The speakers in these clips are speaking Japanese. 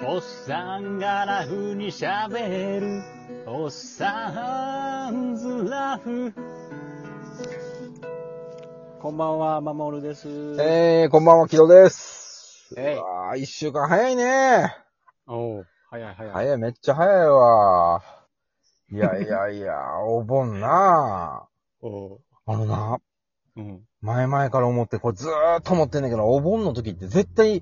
おっさんがラフに喋るおっさんずラフ。こんばんは、まもるです。 こんばんは、キロです。 えい。 うわー、一週間早いね。 おう、早い。 早い、めっちゃ早いわ。いや、お盆なおう。 な、 うん。 前々から思って、これずーっと思ってんだけど、お盆の時って絶対、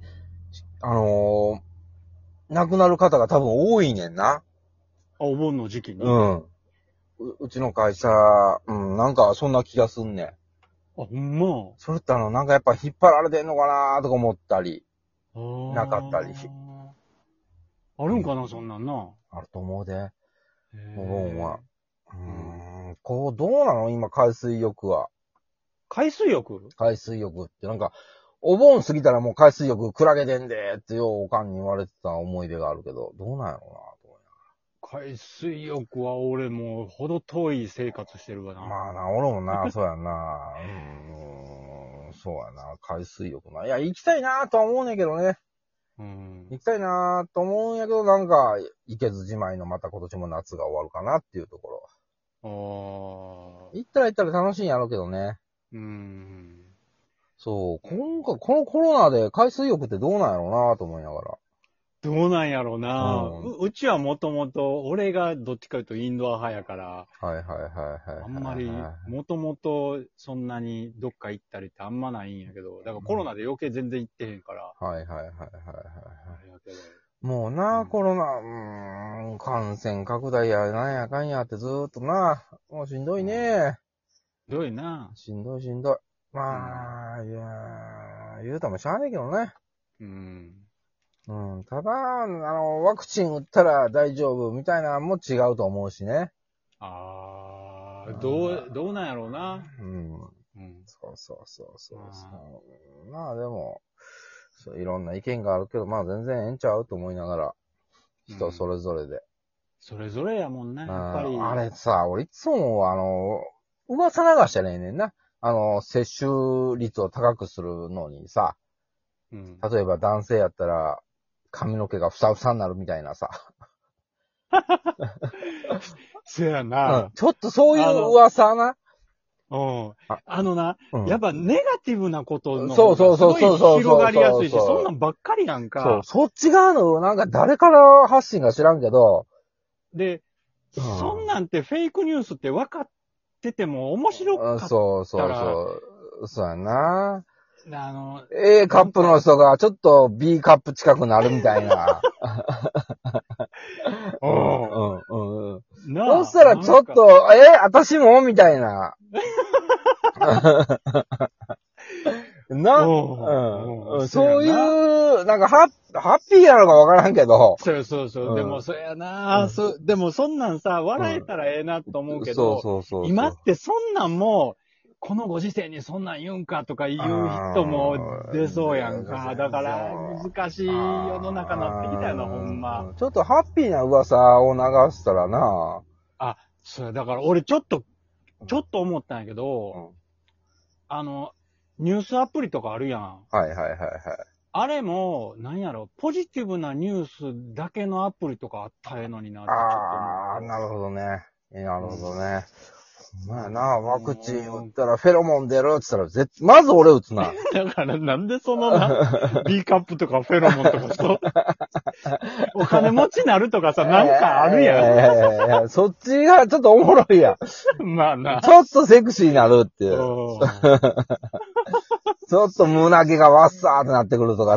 亡くなる方が多分多いねんな。 お盆の時期に。 うちの会社、なんかそんな気がすんねん。 あ、ほんま。 それってなんかやっぱ引っ張られてんのかなとか思ったり、なかったり。 あるんかな、そんなんな。 あると思うで。お盆は。どうなの今、海水浴は。 海水浴ってなんか、お盆過ぎたらもう海水浴クラゲでんでってようおかんに言われてた思い出があるけど、どうなんやろうなと思海水浴は俺もうほど遠い生活してるわな。 まあな、俺もな、そうやな。そうやな、海水浴な。いや、行きたいなとは思うねんけどね。行きたいなと思うんやけど、なんか、行けずじまいのまた今年も夏が終わるかなっていうところ。行ったら楽しいんやろうけどね。そう、今回、このコロナで海水浴ってどうなんやろうなと思いながら。 どうなんやろうな、うちはもともと、俺がどっちかというとインドア派やから、あんまり、もともとそんなにどっか行ったりってあんまないんやけど、だからコロナで余計全然行ってへんから。 もうな、コロナ、感染拡大やなんやかんやってずーっとな、もうしんどいね。 どういな。 しんどい。まあ、いやー、言うたもしゃあねえけどね。ただ、ワクチン打ったら大丈夫みたいなのも違うと思うしね。 どうなんやろうな。 そう。まあでも、いろんな意見があるけど、まあ全然ええんちゃうと思いながら、人それぞれで。 それぞれやもんな、やっぱり。 あれさ、俺いつも噂流してねえねんな。接種率を高くするのにさ、例えば男性やったら、髪の毛がふさふさになるみたいなさ。 せやな。 ちょっとそういう噂な。 やっぱネガティブなことのそうすごい広がりやすいし、そんなんばっかりやんか。 そっち側の、なんか誰から発信か知らんけど。 で、そんなんてフェイクニュースって分かってても面白かったら。 そうやな。 A カップの人がちょっと B カップ近くなるみたいな。そしたらちょっと、私もみたいな。そういう、なんかハッピーやのかわからんけど。 そう。でもそやな、でもそんなんさ、笑えたらええなと思うけど、今ってそんなんも、このご時世にそんなん言うんかとか言う人も出そうやんか。だから難しい世の中になってきたよな、ほんま。 ちょっとハッピーな噂を流したらな。 そうだから俺ちょっと思ったんやけど、ニュースアプリとかあるやん。あれも、なんやろ、ポジティブなニュースだけのアプリとかあったらええのになってちょっと思って。 なるほどね。まあな、ワクチン打ったらフェロモン出るって言ったら、まず俺打つな。 だからなんでそのB カップとかフェロモンとかお金持ちになるとかさ、なんかあるやん。そっちがちょっとおもろいやん。 まあな。 ちょっとセクシーになるっていう。ちょっと胸毛がわっさーってなってくるとか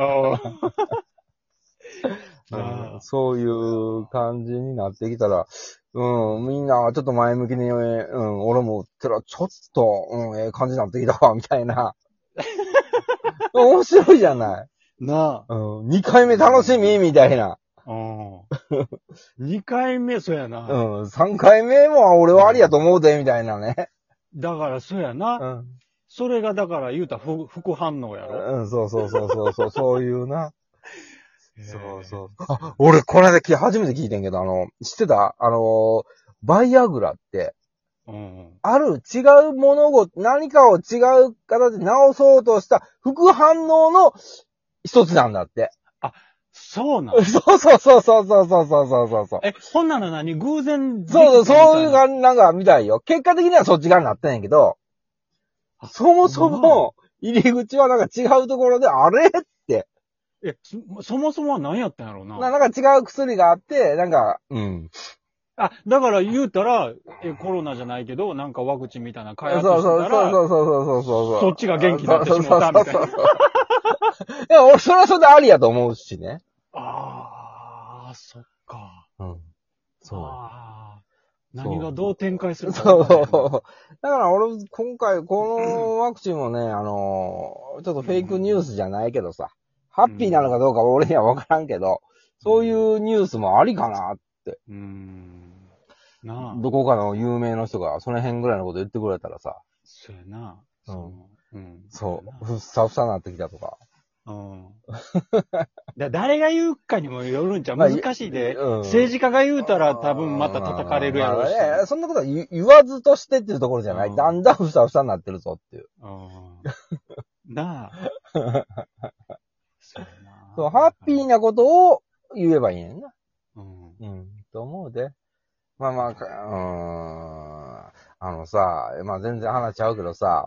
な。そういう感じになってきたら、みんなちょっと前向きに、俺も打ったらちょっと、ええ感じになってきたわ、みたいな。面白いじゃない。 なあ。 2回目楽しみみたいな。 2回目、そうやな。 3回目も俺はありやと思うで、みたいなね。 だから、そうやな。それが、だから、言うたら副反応やろ。 そういうな。俺、この間初めて聞いてんけど、知ってたバイアグラって、ある違う物事、何かを違う形で治そうとした副反応の一つなんだって。 そうなの？ そうそうそうそうそうそうそうそう。 ほんなの何偶然そういうなんか見たいよ。結果的にはそっち側になってんやけど、そもそも、入り口はなんか違うところで、あれって。 そもそもは何やったんやろうな。 なんか違う薬があって、なんか、うん。 だから言うたら、コロナじゃないけど、なんかワクチンみたいな開発そうしてたら、 そう。 そっちが元気になってしもったみたいな。 いや、俺、それはそれでありやと思うしね。 そっか。 うん。そう。 何がどう展開するか。 そう。だから俺、今回、このワクチンもね、ちょっとフェイクニュースじゃないけどさ、ハッピーなのかどうか俺には分からんけど、そういうニュースもありかなって。どこかの有名の人がその辺ぐらいのこと言ってくれたらさ。 そうやな。 そう。ふっさふさなってきたとか。 誰が言うかにもよるんちゃう。難しいで。政治家が言うたら多分また叩かれるやろうし。 そんなことは言わずとしてっていうところじゃない。だんだんふさふさになってるぞっていう。 なあ。 そう、ハッピーなことを言えばいいねんな。と思うで。まあ、全然話しちゃうけどさ、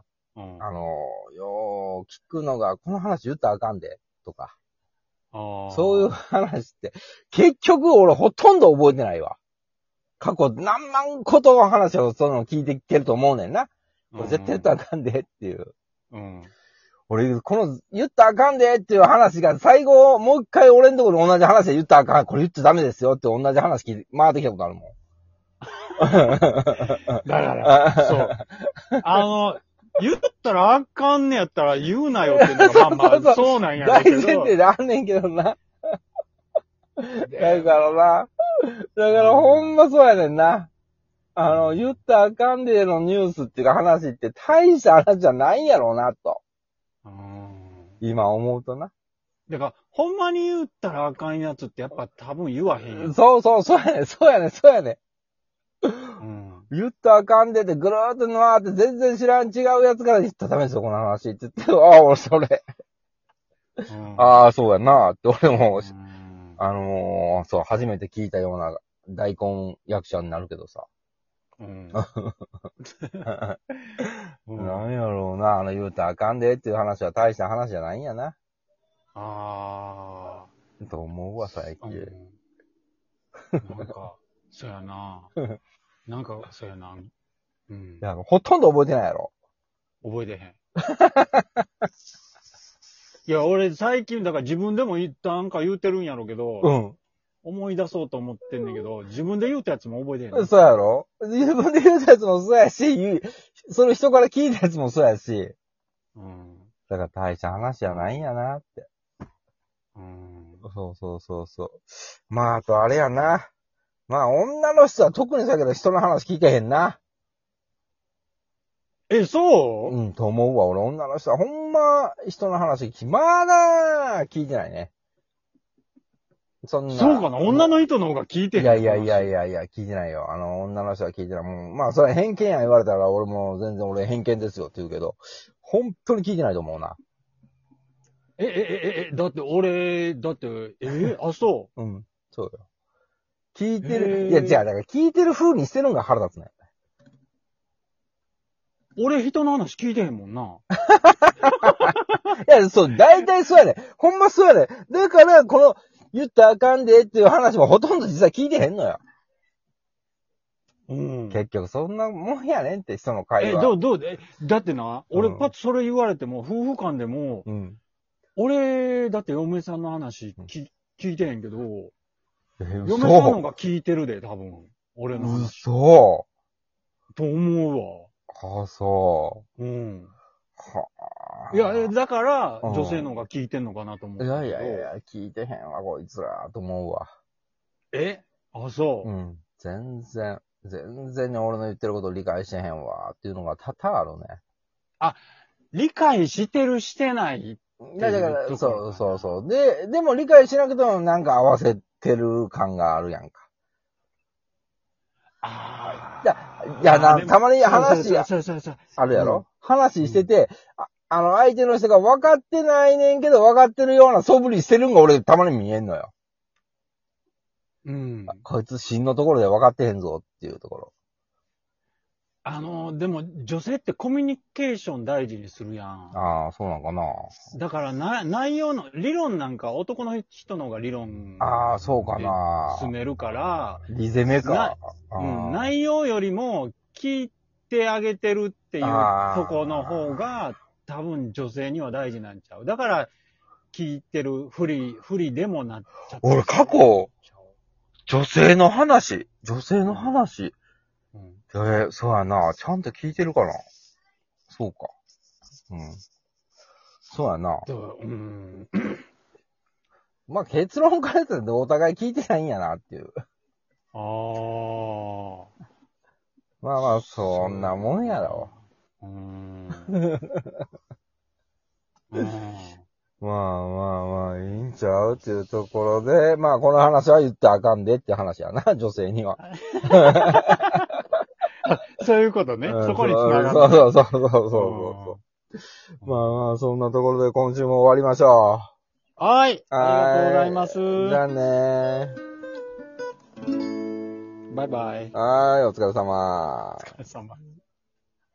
よう聞くのが、この話言ったらあかんで、とか。そういう話って、結局俺ほとんど覚えてないわ。過去何万ことの話をその聞いてきてると思うねんな。これ絶対言ったらあかんでっていう。俺、この言ったらあかんでっていう話が最後、もう一回俺のところに同じ話で言ったらあかん。これ言っちゃダメですよって同じ話聞いて、回ってきたことあるもん。 だから、そう。言ったらあかんねやったら言うなよっていうのが、まあ、そうなんやけど。大前提であんねんけどな。だからほんまそうやねんな。言ったらあかんでのニュースっていうか話って大した話じゃないんやろうな、と。今思うとな。 だから、ほんまに言ったらあかんやつってやっぱ多分言わへんやん。 そうやね。言ったらあかんでってぐるーっと回って全然知らん違うやつから言ったらダメですよ、この話って言って、俺それ。そうやなって俺も、そう、初めて聞いたような大根役者になるけどさ。なんやろうな、言うたらあかんでっていう話は大した話じゃないんやな。と思うわ、最近。 なんか、そうやな。そうやな。 いや、ほとんど覚えてないやろ。 覚えてへん。いや、俺最近、だから自分でもなんか言うてるんやろうけど、思い出そうと思ってんねんけど、自分で言うたやつも覚えてへん。 そうやろ？自分で言うたやつもそうやし、その人から聞いたやつもそうやし。だから大した話じゃないんやなって。そう。まあ、あとあれやな。まあ、女の人は特にそうやけど人の話聞いてへんな。 そうと思うわ。俺、女の人はほんま人の話まだ聞いてないね。 そうかな、女の人の方が聞いてへん。 いや、聞いてないよ。女の人は聞いてない。もう、まあ、それ偏見や言われたら、俺も全然俺偏見ですよって言うけど、本当に聞いてないと思うな。 だってそう。 そうよ。聞いてる。いや、じゃあ、だから聞いてる風にしてるのが腹立つね。 俺人の話聞いてへんもんな。 いや、そう、大体そうやね。ほんまそうやね。だから、この、言ったらあかんでっていう話もほとんど実は聞いてへんのよ。結局そんなもんやねんって人の会話。 だってな、俺パッとそれ言われても、夫婦間でも、俺、だって嫁さんの話聞いてへんけど、嫁さんのが聞いてるで、多分。俺の話。 嘘。 と思うわ。 そう。 いや、だから、女性のが聞いてんのかなと思う。 いや、聞いてへんわ、こいつら、と思うわ。 そう。 全然に俺の言ってること理解してへんわ、っていうのが多々あるね。 理解してるしてないだから、そう。でも理解しなくてもなんか合わせてる感があるやんか。たまに話があるやろ？話してて、 相手の人が分かってないねんけど、分かってるような素振りしてるんが俺たまに見えんのよ。 うん。 こいつ真のところで分かってへんぞっていうところ。 でも女性ってコミュニケーション大事にするやん。 ああ、そうなんかな。 だから内容の、理論なんか男の人の方が理論ああ、そうかでな。 進めるから、 リゼメか。 内容よりも聞いてあげてるっていうとこの方が多分女性には大事なんちゃう。だから聞いてる不利でもなっちゃった。 俺過去、女性の話。そうやな。ちゃんと聞いてるかな。そうか。うん。そうやな。まあ結論から言うとお互い聞いてないんやなっていう。 ああ。 まあまあ、そんなもんやろ。まあまあまあ、いいんちゃうっていうところで、まあこの話は言ってあかんでって話やな、女性には。 そういうことね。そこに繋がる。 そう。まあまあ、そんなところで今週も終わりましょう。はい。ありがとうございます。 じゃあねバイバイ。 はい、お疲れ様。 お疲れ様。